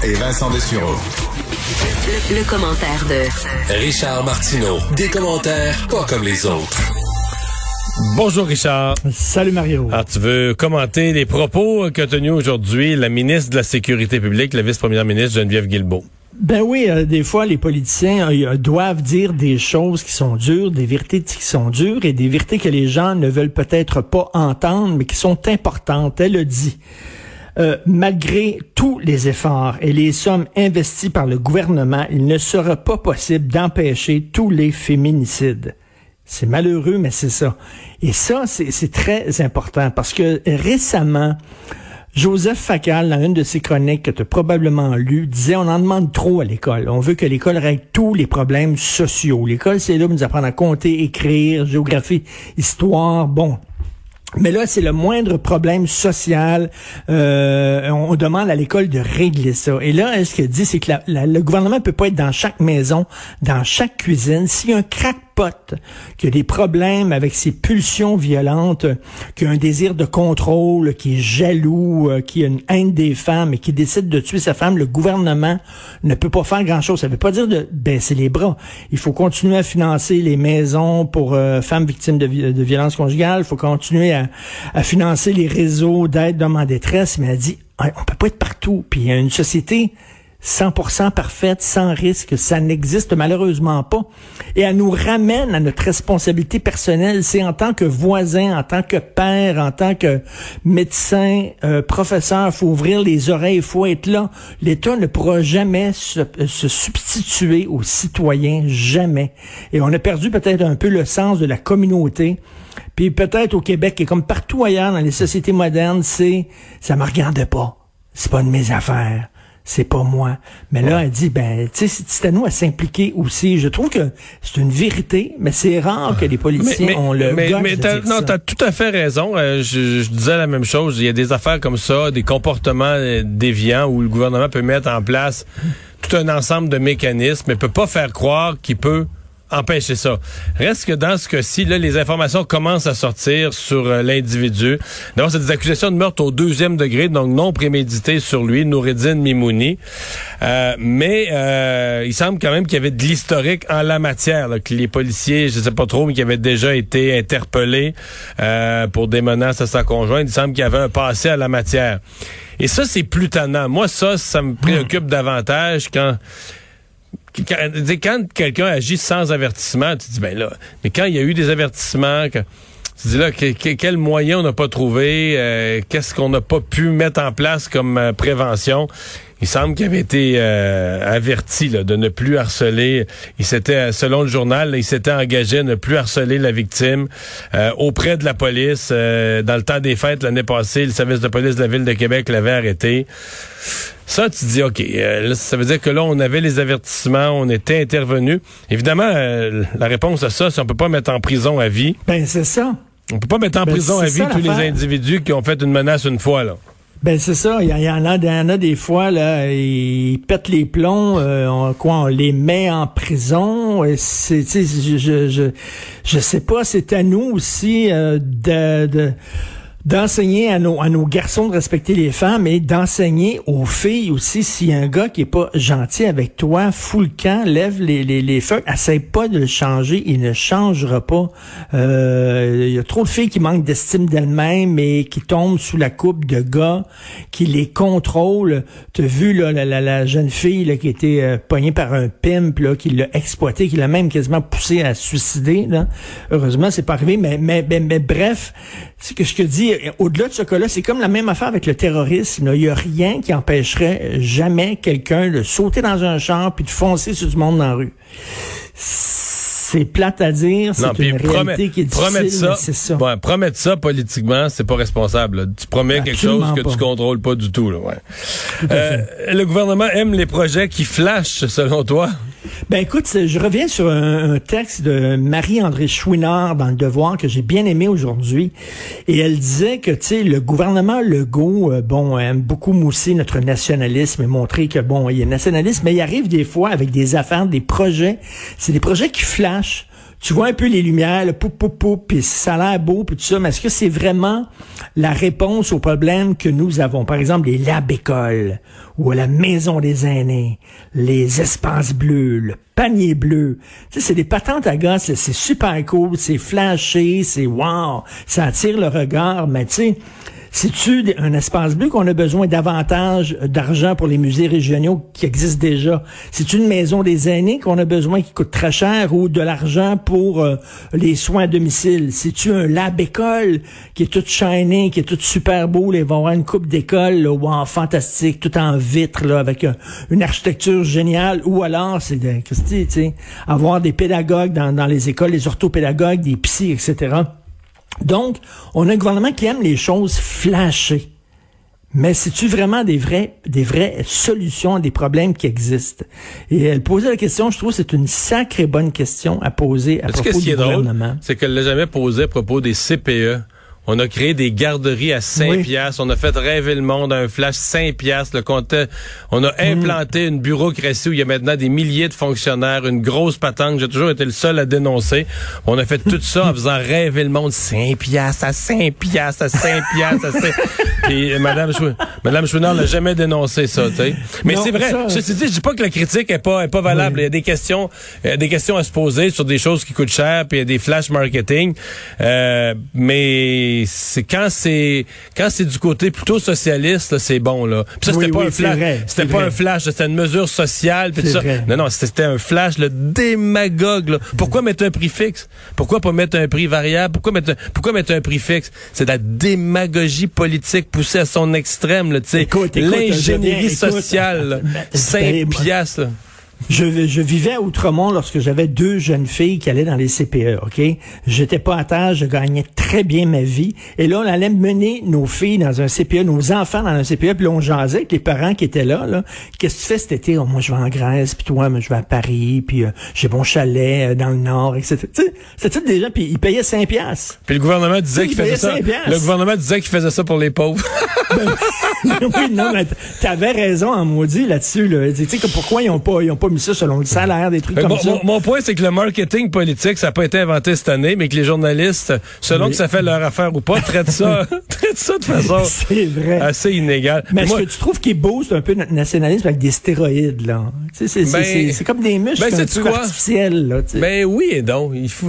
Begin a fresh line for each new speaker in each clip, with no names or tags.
et Vincent Dessureau.
Le commentaire de
Richard Martineau. Des commentaires pas comme les autres.
Bonjour Richard.
Salut Mario.
Alors, tu veux commenter les propos qu'a tenus aujourd'hui la ministre de la Sécurité publique, la vice-première ministre Geneviève Guilbeault?
Ben oui, des fois, les politiciens doivent dire des choses qui sont dures, des vérités qui sont dures et des vérités que les gens ne veulent peut-être pas entendre, mais qui sont importantes. Elle a dit, malgré tous les efforts et les sommes investies par le gouvernement, il ne sera pas possible d'empêcher tous les féminicides. C'est malheureux, mais c'est ça. Et ça, c'est très important parce que récemment, Joseph Facal, dans une de ses chroniques que tu as probablement lues, disait on en demande trop à l'école. On veut que l'école règle tous les problèmes sociaux. L'école, c'est là pour nous apprendre à compter, écrire, géographie, histoire, bon. Mais là, c'est le moindre problème social. On demande à l'école de régler ça. Et là, ce qu'elle dit, c'est que le gouvernement peut pas être dans chaque maison, dans chaque cuisine. S'il y a un crackpot qui a des problèmes avec ses pulsions violentes, qui a un désir de contrôle, qui est jaloux, qui a une haine des femmes et qui décide de tuer sa femme, le gouvernement ne peut pas faire grand-chose. Ça veut pas dire de baisser les bras. Il faut continuer à financer les maisons pour femmes victimes de violences conjugales. Il faut continuer à financer les réseaux d'aide d'hommes en détresse. Mais elle dit, on peut pas être partout. Puis il y a une société 100% parfaite, sans risque, ça n'existe malheureusement pas. Et elle nous ramène à notre responsabilité personnelle. C'est en tant que voisin, en tant que père, en tant que médecin, professeur, faut ouvrir les oreilles, faut être là. L'État ne pourra jamais se substituer aux citoyens, jamais. Et on a perdu peut-être un peu le sens de la communauté. Puis peut-être au Québec, et comme partout ailleurs dans les sociétés modernes, c'est « ça me regarde pas, c'est pas de mes affaires ». C'est pas moi. Mais là, elle dit, ben, tu sais, c'est à nous à s'impliquer aussi. Je trouve que c'est une vérité, mais c'est rare que les politiciens ont le goût de dire ça.
T'as tout à fait raison. Je disais la même chose. Il y a des affaires comme ça, des comportements déviants où le gouvernement peut mettre en place tout un ensemble de mécanismes, mais peut pas faire croire qu'il peut empêcher ça. Reste que dans ce cas-ci, là, les informations commencent à sortir sur l'individu. D'abord, c'est des accusations de meurtre au 2e degré, donc non prémédité sur lui, Noureddine Mimouni. Mais il semble quand même qu'il y avait de l'historique en la matière, là, que les policiers, je sais pas trop, mais qui avaient déjà été interpellés pour des menaces à sa conjointe. Il semble qu'il y avait un passé à la matière. Et ça, c'est plus tannant. Moi, ça me préoccupe davantage quand quelqu'un agit sans avertissement, tu te dis, ben là, mais quand il y a eu des avertissements, tu te dis là, quel moyen on n'a pas trouvé, qu'est-ce qu'on n'a pas pu mettre en place comme prévention? Il semble qu'il avait été averti là, de ne plus harceler. Il s'était, selon le journal, il s'était engagé à ne plus harceler la victime auprès de la police. Dans le temps des fêtes l'année passée, le service de police de la Ville de Québec l'avait arrêté. Ça, tu te dis, OK, là, ça veut dire que là, on avait les avertissements, on était intervenu. Évidemment, la réponse à ça, c'est on peut pas mettre en prison à vie.
Ben, c'est ça.
On peut pas mettre en prison à vie tous les individus qui ont fait une menace une fois, là.
Ben c'est ça, il y en a des fois là, ils pètent les plombs, on les met en prison. C'est, tu sais, je sais pas, c'est à nous aussi d'enseigner à nos garçons de respecter les femmes et d'enseigner aux filles aussi, s'il y a un gars qui est pas gentil avec toi, fous le camp, lève les feux, essaie pas de le changer, il ne changera pas. Il y a trop de filles qui manquent d'estime d'elles-mêmes et qui tombent sous la coupe de gars qui les contrôlent. T'as vu là la jeune fille là, qui était pognée par un pimp là, qui l'a exploité, qui l'a même quasiment poussé à se suicider. Là. Heureusement, c'est pas arrivé, mais bref, c'est que je te dis, au-delà de ce cas-là, c'est comme la même affaire avec le terrorisme. Il y a rien qui empêcherait jamais quelqu'un de sauter dans un char puis de foncer sur du monde dans la rue. C'est plate à dire, c'est une réalité qui est difficile, mais c'est ça.
Ouais, promettre ça politiquement, c'est pas responsable. Là. Tu promets
Absolument
quelque chose que tu contrôles pas du tout. Là, ouais.
Tout à fait.
Le gouvernement aime les projets qui flashent, selon toi?
Ben écoute, je reviens sur un texte de Marie-André Chouinard dans Le Devoir que j'ai bien aimé aujourd'hui. Et elle disait que, tu sais, le gouvernement Legault, aime beaucoup mousser notre nationalisme et montrer que, il est nationaliste, mais il arrive des fois avec des affaires, des projets. C'est des projets qui flashent. tu vois un peu les lumières, le poup, poup, poup, puis ça a l'air beau, puis tout ça, mais est-ce que c'est vraiment la réponse aux problèmes que nous avons? Par exemple, les lab-écoles, ou la maison des aînés, les espaces bleus, le panier bleu. Tu sais, c'est des patentes à gosses, c'est super cool, c'est flashé, c'est wow, ça attire le regard, mais tu sais, c'est-tu un espace bleu qu'on a besoin davantage d'argent pour les musées régionaux qui existent déjà? C'est-tu une maison des aînés qu'on a besoin qui coûte très cher ou de l'argent pour les soins à domicile? C'est-tu un lab-école qui est tout shiny, qui est tout super beau? Là, il va y avoir une coupe d'école, là, wow, fantastique, tout en vitre, là, avec une architecture géniale. Ou alors, c'est tu sais, avoir des pédagogues dans les écoles, les orthopédagogues, des psys, etc. Donc, on a un gouvernement qui aime les choses flashées. Mais c'est-tu vraiment des vraies solutions à des problèmes qui existent? Et elle posait la question, je trouve que c'est une sacrée bonne question à poser à propos du gouvernement.
Drôle, c'est qu'elle l'a jamais posé à propos des CPE. On a créé des garderies à 5 piastres. On a fait rêver le monde à un flash 5 piastres. On a implanté une bureaucratie où il y a maintenant des milliers de fonctionnaires, une grosse patente. J'ai toujours été le seul à dénoncer. On a fait tout ça en faisant rêver le monde. 5 piastres à 5 piastres à 5 piastres à 5. Et Madame Chouinard n'a jamais dénoncé ça, tu sais. Mais non, c'est vrai. Ceci dit, je dis pas que la critique est pas valable. Oui. Il y a des questions à se poser sur des choses qui coûtent cher, puis il y a des flash marketing. Mais c'est quand c'est du côté plutôt socialiste, là, c'est bon, là. Puis ça, c'était pas un flash. C'était pas un flash, c'était une mesure sociale, puis tout ça. Non, c'était un flash, le démagogue, là. Pourquoi mettre un prix fixe? Pourquoi pas mettre un prix variable? Pourquoi mettre un prix fixe? C'est de la démagogie politique poussée à son extrême, là, tu sais. L'ingénierie sociale, 5 piastres, là.
Je vivais à Outremont lorsque j'avais 2 jeunes filles qui allaient dans les CPE, OK? J'étais pas à terre, je gagnais très bien ma vie. Et là, on allait mener nos filles dans un CPE, nos enfants dans un CPE, puis là, on jasait avec les parents qui étaient là. Qu'est-ce que tu fais cet été? Oh, moi, je vais en Grèce, puis toi, moi, je vais à Paris, puis j'ai mon chalet dans le Nord, etc. Tu sais, c'était tout des gens, puis ils payaient 5 piastres.
Puis le gouvernement disait qu'il faisait ça. Le gouvernement disait qu'il faisait ça pour les pauvres.
Oui, non, mais t'avais raison en maudit là-dessus, là. Tu sais, pourquoi ils ont pas mis ça selon le salaire, des trucs comme ça.
Mon point, c'est que le marketing politique, ça n'a pas été inventé cette année, mais que les journalistes, selon que ça fait leur affaire ou pas, traitent ça de façon assez inégale.
Mais ce que tu trouves qui est beau, c'est un peu notre nationalisme avec des stéroïdes, là. Tu sais, c'est comme des muscles un peu artificiels, là. T'sais.
Ben oui et donc, il faut...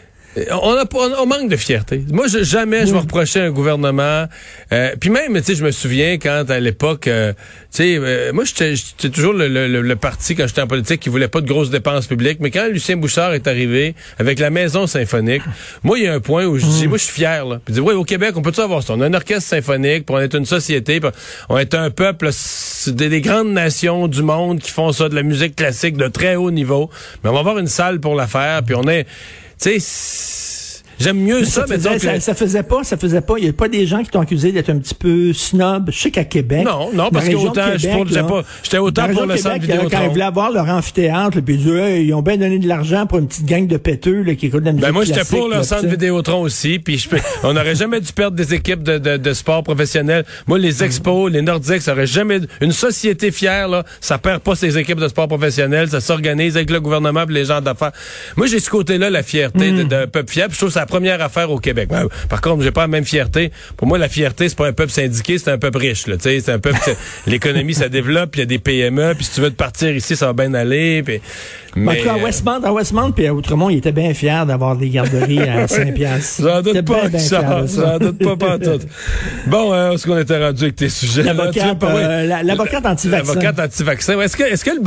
On manque de fierté. Moi, jamais je vais reprocher un gouvernement. Puis même, tu sais, je me souviens quand à l'époque, tu sais, moi j'étais toujours le parti quand j'étais en politique qui voulait pas de grosses dépenses publiques. Mais quand Lucien Bouchard est arrivé avec la Maison symphonique, moi il y a un point où je dis, moi je suis fier là. Puis je dis, oui, au Québec, on peut-tu avoir ça? On a un orchestre symphonique, puis on est une société, puis on est un peuple, des grandes nations du monde qui font ça, de la musique classique de très haut niveau. Mais on va avoir une salle pour la faire, puis on est... Tu sais, j'aime mieux ça, mais donc...
Ça faisait pas. Il y a pas des gens qui t'ont accusé d'être un petit peu snob. Je sais qu'à Québec...
Non, parce que j'étais autant pour le centre Vidéotron.
Quand ils voulaient avoir leur amphithéâtre, puis ils ont bien donné de l'argent pour une petite gang de péteux là, qui écoutent de la musique
moi,
classique.
J'étais pour leur centre Vidéotron aussi, puis on n'aurait jamais dû perdre des équipes de sport professionnels. Moi, les Expos, les Nordiques, ça aurait jamais... Une société fière, là, ça perd pas ses équipes de sport professionnels, ça s'organise avec le gouvernement et les gens d'affaires. Moi, j'ai ce côté-là, la fierté d'un peuple fier, puis je trouve que c'est la première affaire au Québec. Par contre, j'ai pas la même fierté. Pour moi, la fierté, c'est pas un peuple syndiqué, c'est un peuple riche. Là, c'est un peuple. L'économie, ça développe, il y a des PME, puis si tu veux te partir ici, ça va bien aller. Puis,
mais à Westmount, puis à Outremont, il était bien fier d'avoir des garderies à 5 piastres.
J'en doute pas que ça. J'en doute pas tout. Bon, où est-ce qu'on était rendu avec tes sujets?
L'avocate anti-vaccin.
L'avocate anti-vaccin. Est-ce que le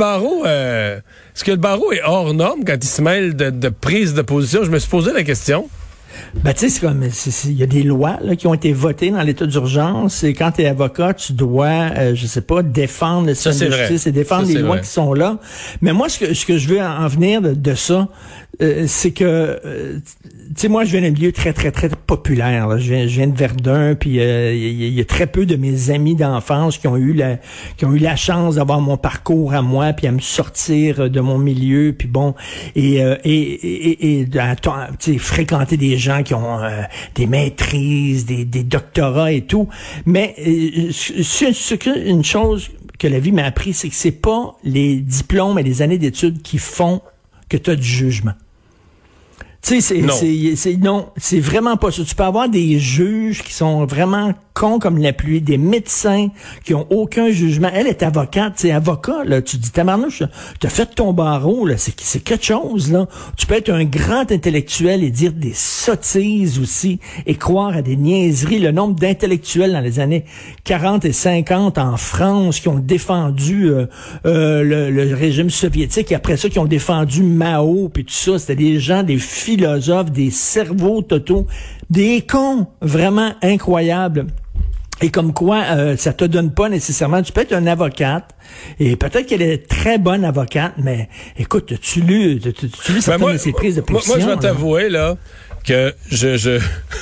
barreau est hors norme quand il se mêle de prise de position? Je me suis posé la question.
Ben, tu sais, c'est comme, il y a des lois, là, qui ont été votées dans l'état d'urgence, et quand t'es avocat, tu dois, je sais pas, défendre le système de justice et défendre les lois qui sont là. Mais moi, ce que je veux en venir de ça, c'est que, tu sais, moi, je viens d'un milieu très, très, très populaire, là. Je viens de Verdun, puis il y a très peu de mes amis d'enfance qui ont eu la chance d'avoir mon parcours à moi, puis à me sortir de mon milieu, puis bon, et tu sais, fréquenter des gens qui ont des maîtrises, des doctorats et tout. Mais une chose que la vie m'a appris, c'est que c'est pas les diplômes et les années d'études qui font que tu as du jugement. Tu sais, c'est vraiment pas ça. Tu peux avoir des juges qui sont vraiment cons comme la pluie, des médecins qui ont aucun jugement. Elle est avocate, c'est avocat, là. Tu dis, tabarnouche, t'as fait ton barreau, là. C'est quelque chose, là. Tu peux être un grand intellectuel et dire des sottises aussi et croire à des niaiseries. Le nombre d'intellectuels dans les années 40 et 50 en France qui ont défendu le régime soviétique et après ça qui ont défendu Mao puis tout ça, c'était des gens, des philosophes, des cerveaux totaux, des cons vraiment incroyables. Et comme quoi, ça te donne pas nécessairement... Tu peux être une avocate, et peut-être qu'elle est très bonne avocate, mais écoute, tu lu certaines de ses prises de position?
Moi, je vais t'avouer, là, que je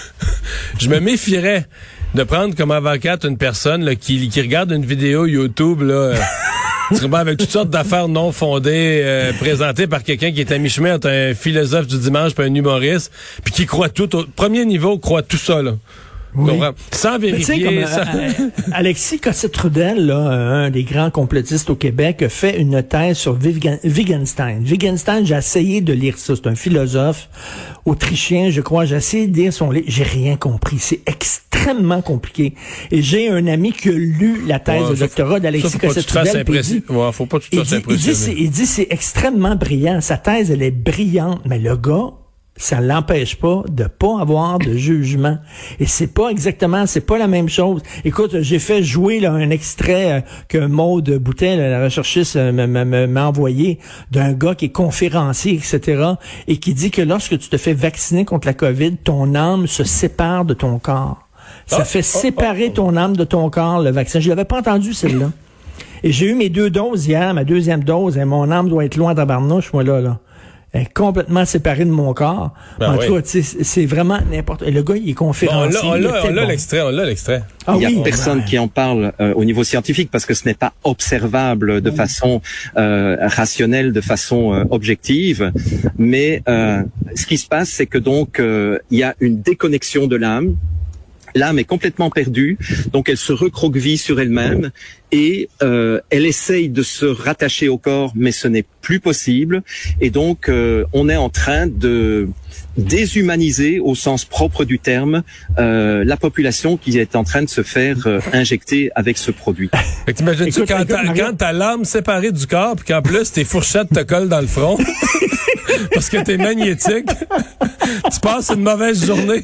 me méfierais de prendre comme avocate une personne là, qui regarde une vidéo YouTube, là... avec toutes sortes d'affaires non fondées présentées par quelqu'un qui est à mi-chemin entre un philosophe du dimanche et un humoriste, puis qui croit tout, au premier niveau, croit tout ça, là.
Oui.
Sans vérifier.
Alexis Cossette-Trudel, là, un des grands complotistes au Québec, a fait une thèse sur Wittgenstein. Wittgenstein, j'ai essayé de lire ça. C'est un philosophe autrichien, je crois. J'ai essayé de lire son livre. J'ai rien compris. C'est extrêmement compliqué. Et j'ai un ami qui a lu la thèse de doctorat d'Alexis Cossette-Trudel.
Faut pas que tu te fasses impressionner.
Il dit c'est extrêmement brillant. Sa thèse, elle est brillante. Mais le gars, ça l'empêche pas de pas avoir de jugement. Et c'est pas la même chose. Écoute, j'ai fait jouer là, un extrait que Maude Boutet, la recherchiste, m'a envoyé d'un gars qui est conférencier, etc., et qui dit que lorsque tu te fais vacciner contre la COVID, ton âme se sépare de ton corps. Ça fait séparer ton âme de ton corps, le vaccin. Je l'avais pas entendu, celle-là. Et j'ai eu mes 2 doses hier, ma 2e dose, et mon âme doit être loin de tabarnouche, moi, là. Elle est complètement séparée de mon corps. En tout cas, c'est vraiment n'importe... Et le gars, il est conférencier.
On l'a l'extrait.
Il y a personne qui en parle au niveau scientifique parce que ce n'est pas observable de façon rationnelle, de façon objective. Mais ce qui se passe, c'est que donc il y a une déconnexion de l'âme. L'âme est complètement perdue, donc elle se recroqueville sur elle-même et elle essaye de se rattacher au corps, mais ce n'est plus possible. Et donc, on est en train de déshumaniser, au sens propre du terme, la population qui est en train de se faire injecter avec ce produit.
T'imagines-tu quand t'as l'âme séparée du corps, puis qu'en plus tes fourchettes te collent dans le front, parce que t'es magnétique, tu passes une mauvaise journée.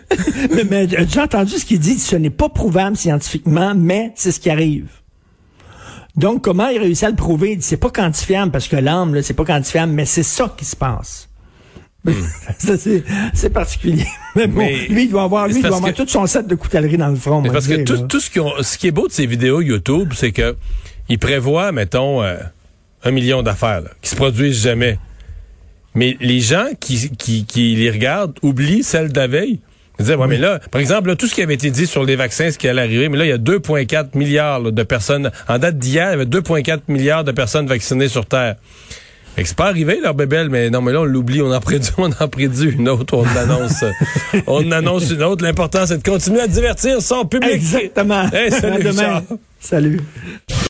Mais j'ai entendu ce qu'il dit, ce n'est pas prouvable scientifiquement, mais c'est ce qui arrive. Donc, comment il réussit à le prouver? Il dit, c'est pas quantifiable, parce que l'âme, là, c'est pas quantifiable, mais c'est ça qui se passe. C'est particulier. Mais bon, lui, il doit avoir tout son set de coutellerie dans le front.
Parce que tout ce qui est beau de ces vidéos YouTube, c'est que il prévoit, mettons, 1 million d'affaires là, qui se produisent jamais. Mais les gens qui les regardent oublient celles de la veille. Ils disent, mais là, par exemple, là, tout ce qui avait été dit sur les vaccins, ce qui allait arriver, mais là, il y a 2,4 milliards là, de personnes. En date d'hier, il y avait 2,4 milliards de personnes vaccinées sur Terre. Fait que c'est pas arrivé, leur bébelle, mais non, mais là, on l'oublie, on en prédit une autre, on annonce une autre. L'important, c'est de continuer à divertir son public.
Exactement.
Hey, salut,
à demain. Salut.